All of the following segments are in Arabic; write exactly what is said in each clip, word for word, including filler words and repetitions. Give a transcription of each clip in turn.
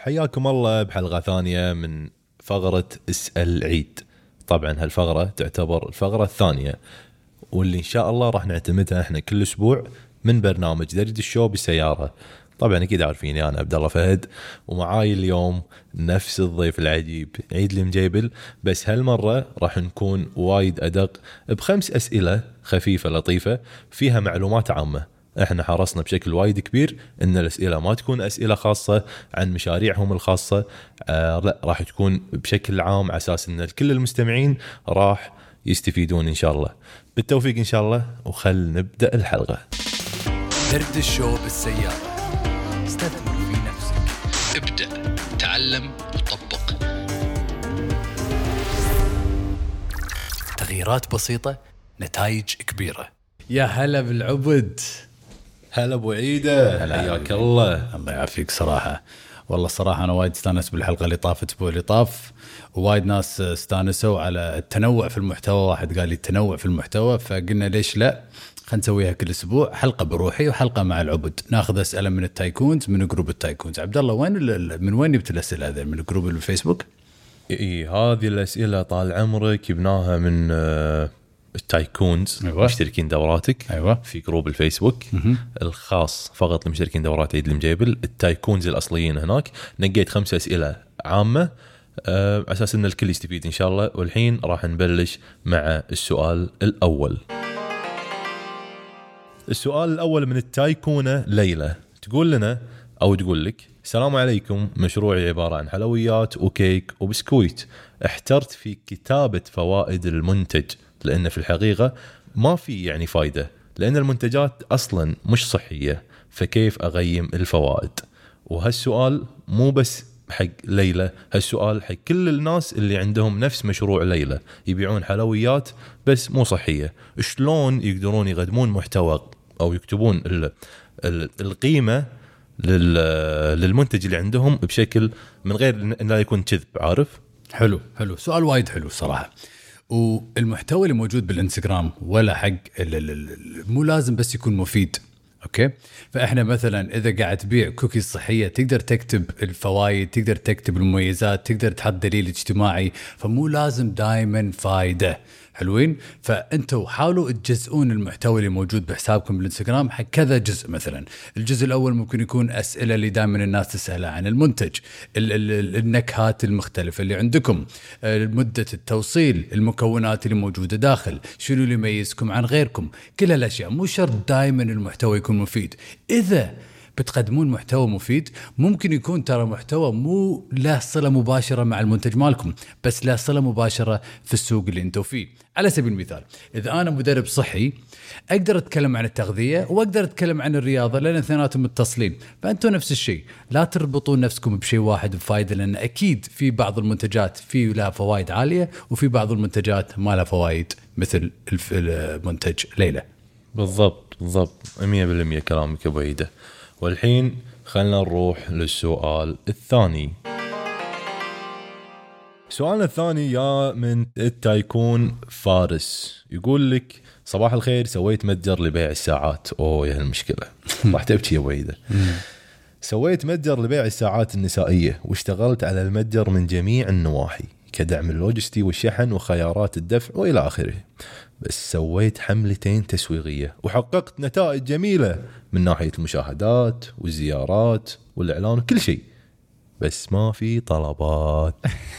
حياكم الله بحلقة ثانية من فقرة اسأل عيد. طبعا هالفقرة تعتبر الفقرة الثانية واللي إن شاء الله راح نعتمدها إحنا كل أسبوع من برنامج درج الشو بالسيارة. طبعا أكيد عارفيني أنا عبد الله فهد، ومعاي اليوم نفس الضيف العجيب عيد المجيبل، بس هالمرة راح نكون وايد أدق بخمس أسئلة خفيفة لطيفة فيها معلومات عامة. احنا حرصنا بشكل وايد كبير ان الاسئله ما تكون اسئله خاصه عن مشاريعهم الخاصه، آه لا راح تكون بشكل عام على اساس ان كل المستمعين راح يستفيدون ان شاء الله. بالتوفيق ان شاء الله، وخل نبدا الحلقه. درد الشو بالسياره، استثمر في نفسك، ابدا تعلم وطبق. تغييرات بسيطه، نتائج كبيره. يا هلا بالعبد، هلا ابو عيده، حياك الله. الله يعافيك. صراحه والله صراحه انا وايد استانست بالحلقه اللي طافت اسبوع اللي طاف، ووايد ناس استانسوا على التنوع في المحتوى. واحد قال لي التنوع في المحتوى، فقلنا ليش لا، خلينا نسويها كل اسبوع، حلقه بروحي وحلقه مع العبد. ناخذ اسئله من التايكونز، من جروب التايكونز. عبد الله وين من وين جبت الاسئله هذه؟ من جروب الفيسبوك؟ اي هذه الاسئله طال عمرك جبناها من التايكونز. أيوة. مشتركين دوراتك. أيوة. في جروب الفيسبوك م-م. الخاص فقط لمشتركين دورات عيد المجيبل، التايكونز الأصليين. هناك نقيت خمسة أسئلة عامة أه على أساس أن الكل يستفيد إن شاء الله. والحين راح نبلش مع السؤال الأول. السؤال الأول من التايكونة ليلى، تقول لنا أو تقول لك: السلام عليكم، مشروعي عبارة عن حلويات وكيك وبسكويت. احترت في كتابة فوائد المنتج لأن في الحقيقة ما في يعني فايدة، لأن المنتجات أصلا مش صحية، فكيف أقيم الفوائد؟ وهالسؤال مو بس حق ليلى، هالسؤال حق كل الناس اللي عندهم نفس مشروع ليلى، يبيعون حلويات بس مو صحية. شلون يقدرون يقدمون محتوى أو يكتبون ال ال القيمة للمنتج اللي عندهم بشكل من غير أن لا يكون كذب؟ عارف؟ حلو حلو، سؤال وايد حلو صراحة. والمحتوى اللي موجود بالانستغرام ولا حق مو لازم بس يكون مفيد، اوكي؟ فاحنا مثلا اذا قاعد تبيع كوكيز صحيه تقدر تكتب الفوائد، تقدر تكتب المميزات، تقدر تحط دليل اجتماعي، فمو لازم دائما فايده. حلوين؟ فانتوا حاولوا تجزئون المحتوى اللي موجود بحسابكم بالانستغرام حق كذا جزء. مثلا الجزء الاول ممكن يكون اسئله اللي دائما الناس تسالها عن المنتج، ال- ال- النكهات المختلفه اللي عندكم، مده التوصيل، المكونات اللي موجوده داخل، شنو اللي يميزكم عن غيركم، كل هالاشياء. مو شرط دائما المحتوى يكون مفيد. اذا بتقدمون محتوى مفيد ممكن يكون ترى محتوى مو له صلة مباشرة مع المنتج مالكم، بس له صلة مباشرة في السوق اللي انتوا فيه. على سبيل المثال إذا أنا مدرب صحي أقدر أتكلم عن التغذية وأقدر أتكلم عن الرياضة، لأن اثنيناتهم متصلين. فأنتوا نفس الشيء، لا تربطون نفسكم بشيء واحد بفائدة، لأن أكيد في بعض المنتجات في لها فوائد عالية وفي بعض المنتجات ما لها فوائد، مثل المنتج ليلى. بالضبط بالضبط، مية بالمية كلامك أبو عيدة. والحين خلنا نروح للسؤال الثاني. سؤالنا الثاني يا من التايكون فارس، يقول لك: صباح الخير، سويت متجر لبيع الساعات. اوه يا المشكلة، راح تبكي يا ويده. سويت متجر لبيع الساعات النسائية، واشتغلت على المتجر من جميع النواحي كدعم اللوجستي والشحن وخيارات الدفع وإلى آخره. بس سويت حملتين تسويقية وحققت نتائج جميلة من ناحية المشاهدات والزيارات والإعلان وكل شيء، بس ما في طلبات.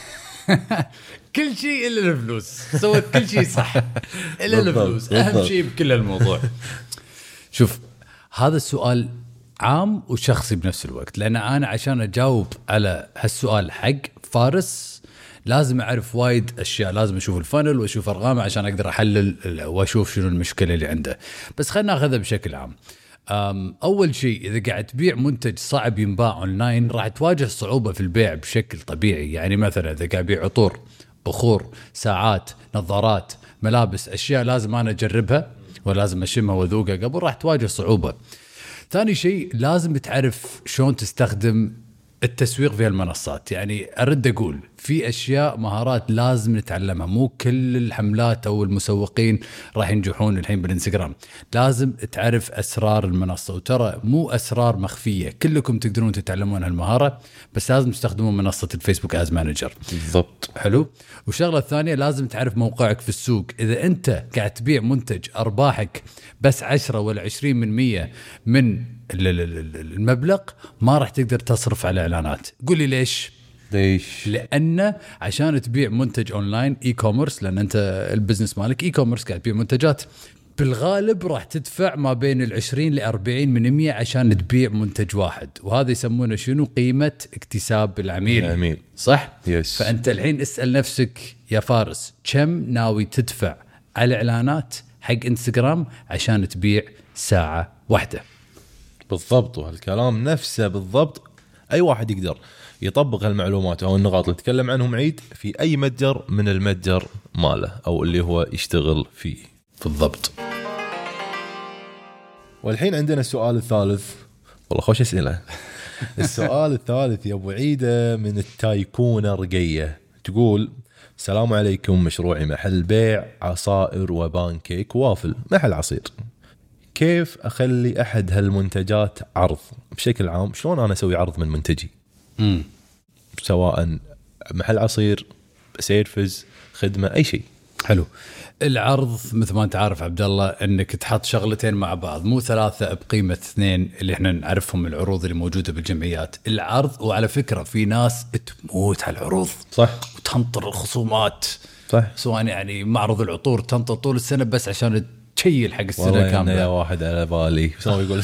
كل شيء إلا الفلوس. سويت كل شيء صح إلا الفلوس، أهم شيء بكل الموضوع. شوف، هذا السؤال عام وشخصي بنفس الوقت، لأن أنا عشان أجاوب على هالسؤال حق فارس لازم أعرف وايد أشياء، لازم أشوف الفانل وأشوف أرقامه عشان أقدر أحلل وأشوف شنو المشكلة اللي عنده. بس خلنا ناخذها بشكل عام. أول شيء، إذا قاعد تبيع منتج صعب ينباع أونلاين راح تواجه صعوبة في البيع بشكل طبيعي. يعني مثلا إذا قاعد تبيع عطور، بخور، ساعات، نظارات، ملابس، أشياء لازم أنا أجربها ولازم أشمها وذوقها قبل، راح تواجه صعوبة. ثاني شيء، لازم تعرف شلون تستخدم التسويق في المنصات. يعني أرد أقول في أشياء مهارات لازم نتعلمها، مو كل الحملات أو المسوقين راح ينجحون الحين بالإنستغرام. لازم تعرف أسرار المنصة، وترى مو أسرار مخفية، كلكم تقدرون تتعلمون هالمهارة، بس لازم تستخدمون منصة الفيسبوك آز مانجر. بالضبط. حلو. والشغلة الثانية لازم تعرف موقعك في السوق. إذا أنت قاعد تبيع منتج أرباحك بس عشرة ولا عشرين من مية من المبلغ، ما راح تقدر تصرف على إعلانات. قولي ليش؟ ليش؟ لأن عشان تبيع منتج أونلاين إي كوميرس، لأن أنت البزنس مالك إي كوميرس قاعد تبيع منتجات، بالغالب راح تدفع ما بين العشرين لأربعين من مية عشان تبيع منتج واحد، وهذا يسمونه شنو؟ قيمة اكتساب العميل. العميل. صح؟ يس. فأنت الحين اسأل نفسك يا فارس، كم ناوي تدفع على إعلانات حق إنستغرام عشان تبيع ساعة واحدة؟ بالضبط. وهالكلام نفسه بالضبط أي واحد يقدر يطبق هالمعلومات أو النقاط اللي تكلم عنهم عيد في أي متجر من المتجر ماله أو اللي هو يشتغل فيه. بالضبط. والحين عندنا السؤال الثالث. والله خوش أسئلة. السؤال الثالث يا أبو عيدة من التايكونة رقية، تقول: السلام عليكم، مشروعي محل بيع عصائر وبانكيك وافل، محل عصير. كيف أخلي أحد هالمنتجات عرض بشكل عام؟ شلون أنا أسوي عرض من منتجي؟ مم. سواء محل عصير، سيرفز، خدمة، أي شيء. حلو. العرض مثل ما انت عارف عبد الله انك تحط شغلتين مع بعض، مو ثلاثه بقيمه اثنين اللي احنا نعرفهم العروض اللي موجوده بالجمعيات. العرض، وعلى فكره في ناس تموت على العروض، صح، وتنطر الخصومات، صح، سواء يعني معرض العطور تنطر طول السنه بس عشان تشيل حق السنه والله كامله. يا واحد على بالي شو يقول.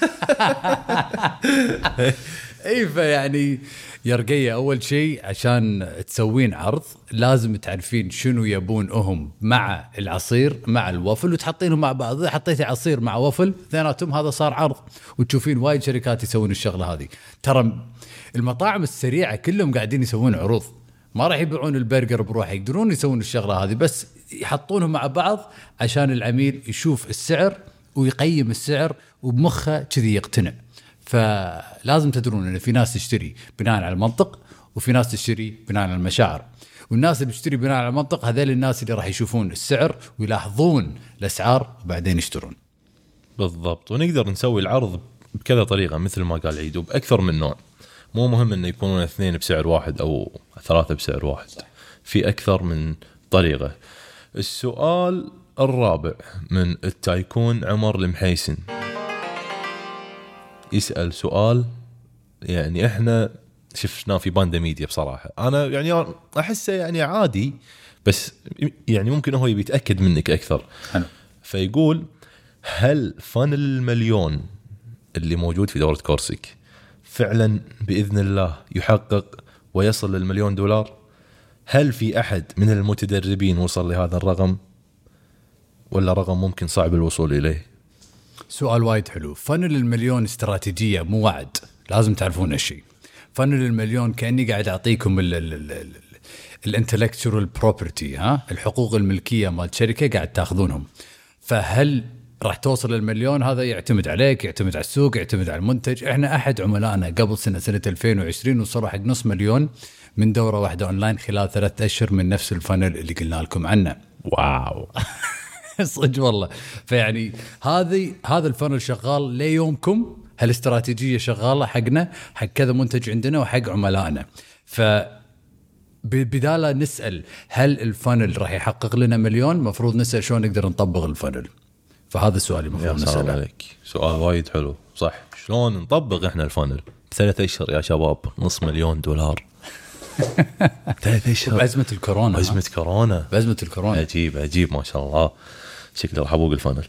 اي فيعني يا رقية، اول شيء عشان تسوين عرض لازم تعرفين شنو يبون هم مع العصير مع الوافل، وتحطينهم مع بعض. اذا حطيتي عصير مع وافل اثنيناتهم هذا صار عرض. وتشوفين وايد شركات يسوون الشغله هذه. ترى المطاعم السريعه كلهم قاعدين يسوون عروض، ما راح يبيعون البرجر بروحه، يقدرون يسوون الشغله هذه، بس يحطونهم مع بعض عشان العميل يشوف السعر ويقيم السعر وبمخه كذي يقتنع. فلازم تدرون ان في ناس تشتري بناء على المنطق، وفي ناس تشتري بناء على المشاعر. والناس اللي بتشتري بناء على المنطق هذول الناس اللي راح يشوفون السعر ويلاحظون الاسعار وبعدين يشترون. بالضبط. ونقدر نسوي العرض بكذا طريقه مثل ما قال عيد، وباكثر من نوع. مو مهم انه يكونون اثنين بسعر واحد او ثلاثه بسعر واحد، في اكثر من طريقه. السؤال الرابع من التايكون عمر المحيسن، يسأل سؤال يعني احنا شفناه في باندا ميديا. بصراحة انا يعني احسه يعني عادي، بس يعني ممكن هو يبي يتأكد منك اكثر. حلو. فيقول: هل فن المليون اللي موجود في دورة كورسيك فعلا بإذن الله يحقق ويصل للمليون دولار؟ هل في أحد من المتدربين وصل لهذا الرقم، ولا رقم ممكن صعب الوصول إليه؟ سؤال وايد حلو. فنل المليون استراتيجية مو وعد، لازم تعرفون هالشيء. فنل المليون كأني قاعد أعطيكم الانتلكتشوال بروبرتي، ها الحقوق الملكية مال شركة قاعد تاخذونهم. فهل راح توصل للمليون؟ هذا يعتمد عليك، يعتمد على السوق، يعتمد على المنتج. احنا أحد عملائنا قبل سنة سنة ألفين وعشرين وصلوا حق نص مليون من دورة واحدة أونلاين خلال ثلاثة أشهر من نفس الفنل اللي قلنا لكم عنه. واو. صدق والله. فيعني هذه هذا الفنل شغال ليومكم، هالاستراتيجية شغالة حقنا، حق كذا منتج عندنا وحق عملائنا. فبداله نسأل هل الفنل راح يحقق لنا مليون، مفروض نسأل شلون نقدر نطبق الفنل. فهذا السؤال المفروض نسأله. عليك سؤال وايد حلو. صح، شلون نطبق احنا الفنل بثلاثة اشهر يا شباب؟ نص مليون دولار ثلاثة اشهر بأزمة الكورونا. بأزمة كورونا بأزمة الكورونا. عجيب عجيب ما شاء الله. شكله راح ابوق الفنل.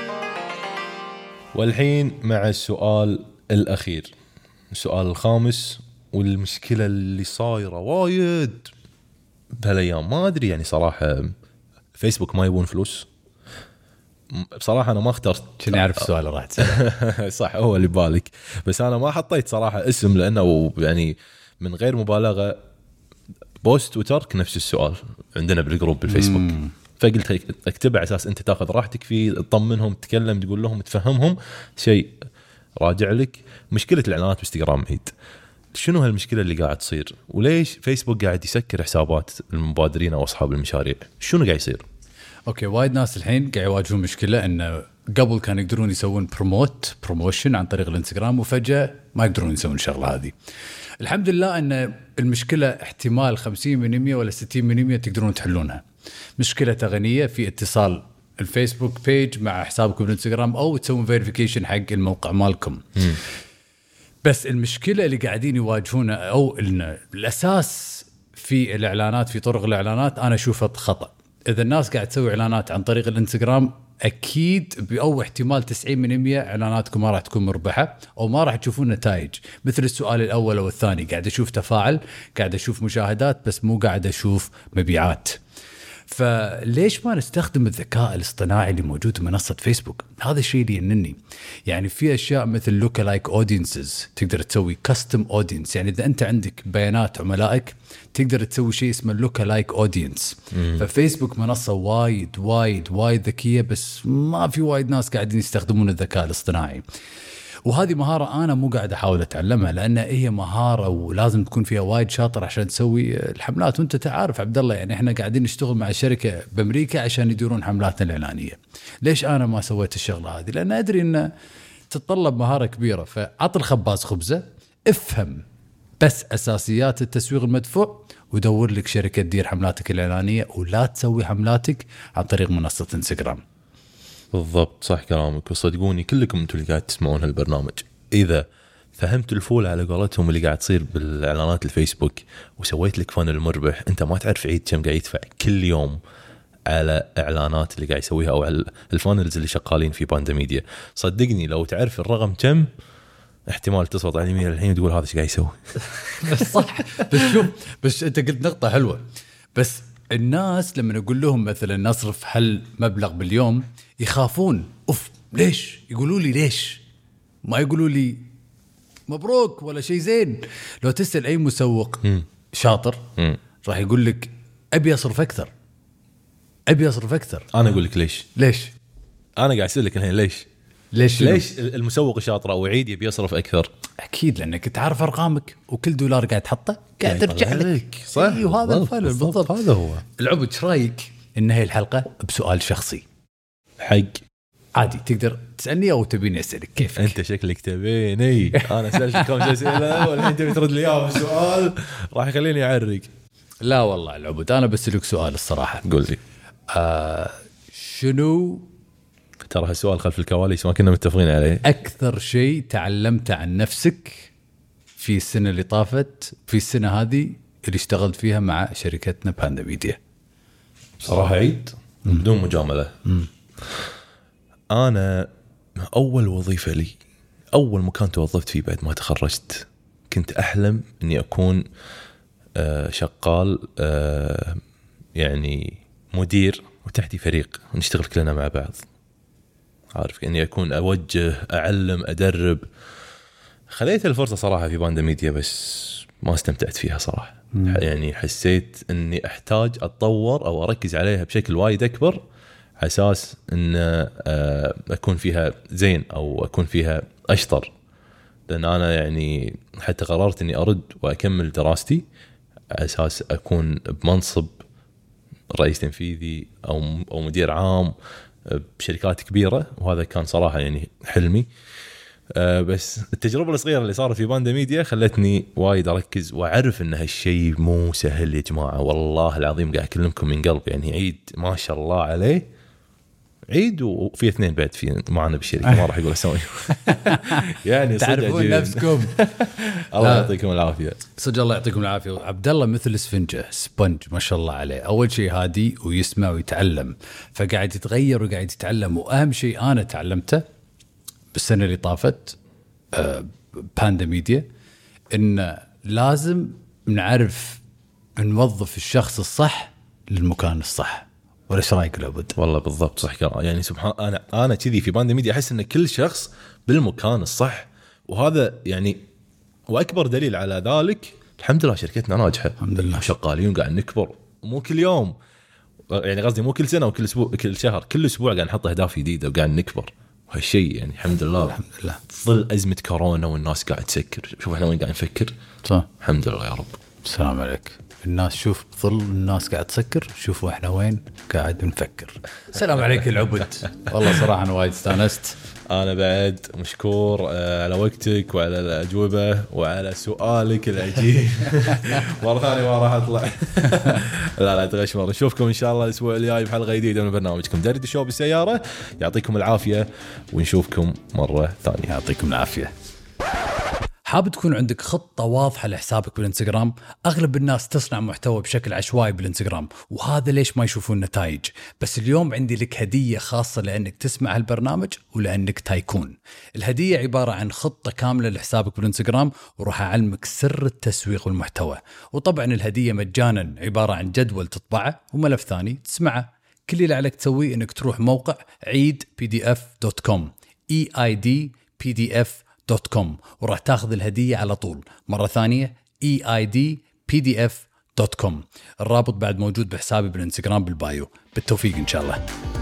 والحين مع السؤال الأخير، السؤال الخامس، والمشكلة اللي صايرة وايد بهالايام. ما أدري يعني صراحة فيسبوك ما يبون فلوس. بصراحة أنا ما اخترت. كني أعرف السؤال راح تسأل. صح، هو اللي بالك، بس أنا ما حطيت صراحة اسم، لأنه يعني من غير مبالغة بوست وترك نفس السؤال عندنا بالجروب بالفيسبوك. مم. فقلت اكتبه على اساس انت تاخذ راحتك فيه، تطمنهم، تتكلم، تقول لهم، تفهمهم شيء راجع لك. مشكله الاعلانات بانستغرام عيد، شنو هالمشكله اللي قاعد تصير وليش فيسبوك قاعد يسكر حسابات المبادرين او اصحاب المشاريع؟ شنو قاعد يصير؟ اوكي وايد ناس الحين قاعد يواجهون مشكله انه قبل كانوا يقدرون يسوون بروموت بروموشن عن طريق الانستغرام وفجاه ما يقدرون يسوون الشغله هذه. الحمد لله ان المشكله احتمال خمسين بالمئة ولا ستين بالمئة تقدرون تحلونها. مشكله تقنيه في اتصال الفيسبوك بيج مع حسابكم بالانستغرام او تسوون فيريفيكيشن حق الموقع مالكم. م. بس المشكله اللي قاعدين يواجهونها او الاساس في الاعلانات في طرق الاعلانات انا اشوفها خطا. اذا الناس قاعد تسوي اعلانات عن طريق الانستغرام اكيد او احتمال تسعين بالمئة اعلاناتكم ما راح تكون مربحه او ما راح تشوفون نتائج. مثل السؤال الاول او الثاني قاعد اشوف تفاعل قاعد اشوف مشاهدات بس مو قاعد اشوف مبيعات. فليش ما نستخدم الذكاء الاصطناعي اللي موجود في منصة فيسبوك؟ هذا الشيء اللي ينني. يعني في أشياء مثل لوك لايك اودينسز تقدر تسوي كاستم اودينس. يعني إذا أنت عندك بيانات عملائك تقدر تسوي شيء اسمه لوك لايك اودينس. ففيسبوك منصة وايد وايد وايد ذكية بس ما في وايد ناس قاعدين يستخدمون الذكاء الاصطناعي. وهذه مهارة أنا مو قاعد أحاول أتعلمها لأن هي مهارة ولازم تكون فيها وايد شاطر عشان تسوي الحملات. وأنت تعرف عبد الله يعني إحنا قاعدين نشتغل مع شركة بأمريكا عشان يديرون حملاتنا الإعلانية. ليش أنا ما سويت الشغلة هذه؟ لأن أدري إن تتطلب مهارة كبيرة. فعط الخباز خبزة، افهم بس أساسيات التسويق المدفوع ودور لك شركة تدير حملاتك الإعلانية ولا تسوي حملاتك عن طريق منصة انستغرام. بالضبط صح كلامك. وصدقوني كلكم انتم اللي قاعد تسمعون هالبرنامج اذا فهمت الفول على قولتهم اللي قاعد تصير بالاعلانات الفيسبوك وسويت لك فن المربح، انت ما تعرف عيد كم قاعد يدفع كل يوم على اعلانات اللي قاعد يسويها او على الفانلز اللي شغالين في باندميديا. صدقني لو تعرف الرقم كم احتمال تصوت على اليمين الحين وتقول هذا ايش قاعد يسوي. بس صح. بس شوف بس انت قلت نقطة حلوة. بس الناس لما نقول لهم مثلا نصرف هالمبلغ باليوم يخافون. اوف ليش؟ يقولوا لي ليش؟ ما يقولوا لي مبروك ولا شيء زين. لو تسأل اي مسوق م. شاطر م. راح يقول لك ابي اصرف اكثر ابي اصرف اكثر. انا اقول لك ليش ليش انا قاعد اسالك الحين ليش ليش ليش المسوق الشاطر او عيد يبي يصرف اكثر؟ اكيد لانك تعرف ارقامك وكل دولار قاعد تحطه قاعد ترجع لك. صح. ايوه هذا الفعل بالضبط. هذا هو العبد. ايش رايك ان هي الحلقه بسؤال شخصي حق عادي تقدر تسالني او تبيني اسالك كيفك؟ انت شكلك تبيني انا اسالك كم اسئله والحين تبي ترد لي اياها بسؤال راح يخليني اعرق. لا والله العبد انا بسالك سؤال الصراحه. قول لي. آه شنو ترى هالسؤال خلف الكواليس ما كنا متفقين عليه. أكثر شيء تعلمته عن نفسك في السنة اللي طافت في السنة هذه اللي اشتغلت فيها مع شركتنا باندميديا؟ صراحة عيد بدون مجاملة. م. أنا أول وظيفة لي أول مكان توظفت فيه بعد ما تخرجت كنت أحلم أني أكون شغال يعني مدير وتحتي فريق ونشتغل كلنا مع بعض. عارف اني اكون اوجه اعلم ادرب. خليت الفرصه صراحه في باندميديا بس ما استمتعت فيها صراحه. مم. يعني حسيت اني احتاج اتطور او اركز عليها بشكل وايد اكبر على اساس ان اكون فيها زين او اكون فيها اشطر. لان انا يعني حتى قررت اني ارد واكمل دراستي على اساس اكون بمنصب رئيس تنفيذي او او مدير عام بشركات كبيرة. وهذا كان صراحة يعني حلمي. أه بس التجربة الصغيرة اللي صارت في باندميديا خلتني وايد أركز وأعرف إن هالشيء مو سهل يا جماعة. والله العظيم قاعد أكلمكم من قلب. يعني عيد ما شاء الله عليه عيد وفي اثنين بعد في معنا بالشركة ما راح يقول أسوي يعني تعرفون نفسكم. الله يعطيكم العافية. صدق الله يعطيكم العافية. عبد الله مثل اسفنجة سبونج ما شاء الله عليه. أول شيء هادي ويسمع ويتعلم فقاعد يتغير وقاعد يتعلم. وأهم شيء أنا تعلمته بالسنة اللي طافت آه باندميديا إن لازم نعرف نوظف الشخص الصح للمكان الصح. ولا ايش رايك لابد؟ والله بالضبط صح كلام. يعني سبحان انا انا كذي في باندميديا احس ان كل شخص بالمكان الصح. وهذا يعني واكبر دليل على ذلك الحمد لله شركتنا ناجحه الحمد لله شغالين قاعد نكبر. مو كل يوم يعني قصدي مو كل سنه وكل اسبوع كل شهر كل اسبوع قاعد نحط اهداف جديده وقاعد نكبر. وهالشيء يعني الحمد لله الحمد لله ظل أزمة كورونا والناس قاعد تسكر. شوف احنا وين قاعد نفكر. صح. الحمد لله يا رب. السلام عليك. الناس شوف ظل الناس قاعد تسكر، شوفوا احنا وين قاعد نفكر. السلام عليك العبد. والله صراحة أنا وايد استانست. أنا بعد مشكور على وقتك وعلى الأجوبة وعلى سؤالك العجيب. مرة ثانية ما راح أطلع. لا لا تغشمر. نشوفكم إن شاء الله الأسبوع الجاي بحلقة جديدة من برنامجكم درد الشو بالسيارة. يعطيكم العافية ونشوفكم مرة ثانية. يعطيكم العافية. حاب تكون عندك خطة واضحة لحسابك بالانستغرام؟ أغلب الناس تصنع محتوى بشكل عشوائي بالانستغرام، وهذا ليش ما يشوفون نتائج. بس اليوم عندي لك هدية خاصة لأنك تسمع هالبرنامج ولأنك تايكون. الهدية عبارة عن خطة كاملة لحسابك بالانستغرام، وراح أعلمك سر التسويق والمحتوى. وطبعا الهدية مجانا، عبارة عن جدول تطبعه وملف ثاني تسمعه. كل اللي عليك تسويه إنك تروح موقع عيد بي دي إف دوت كوم إي آي دي بي دي إف دوت كوم وراح تاخذ الهدية على طول. مرة ثانية إي آي دي بي دي إف دوت كوم. الرابط بعد موجود بحسابي بالانستغرام بالبايو. بالتوفيق إن شاء الله.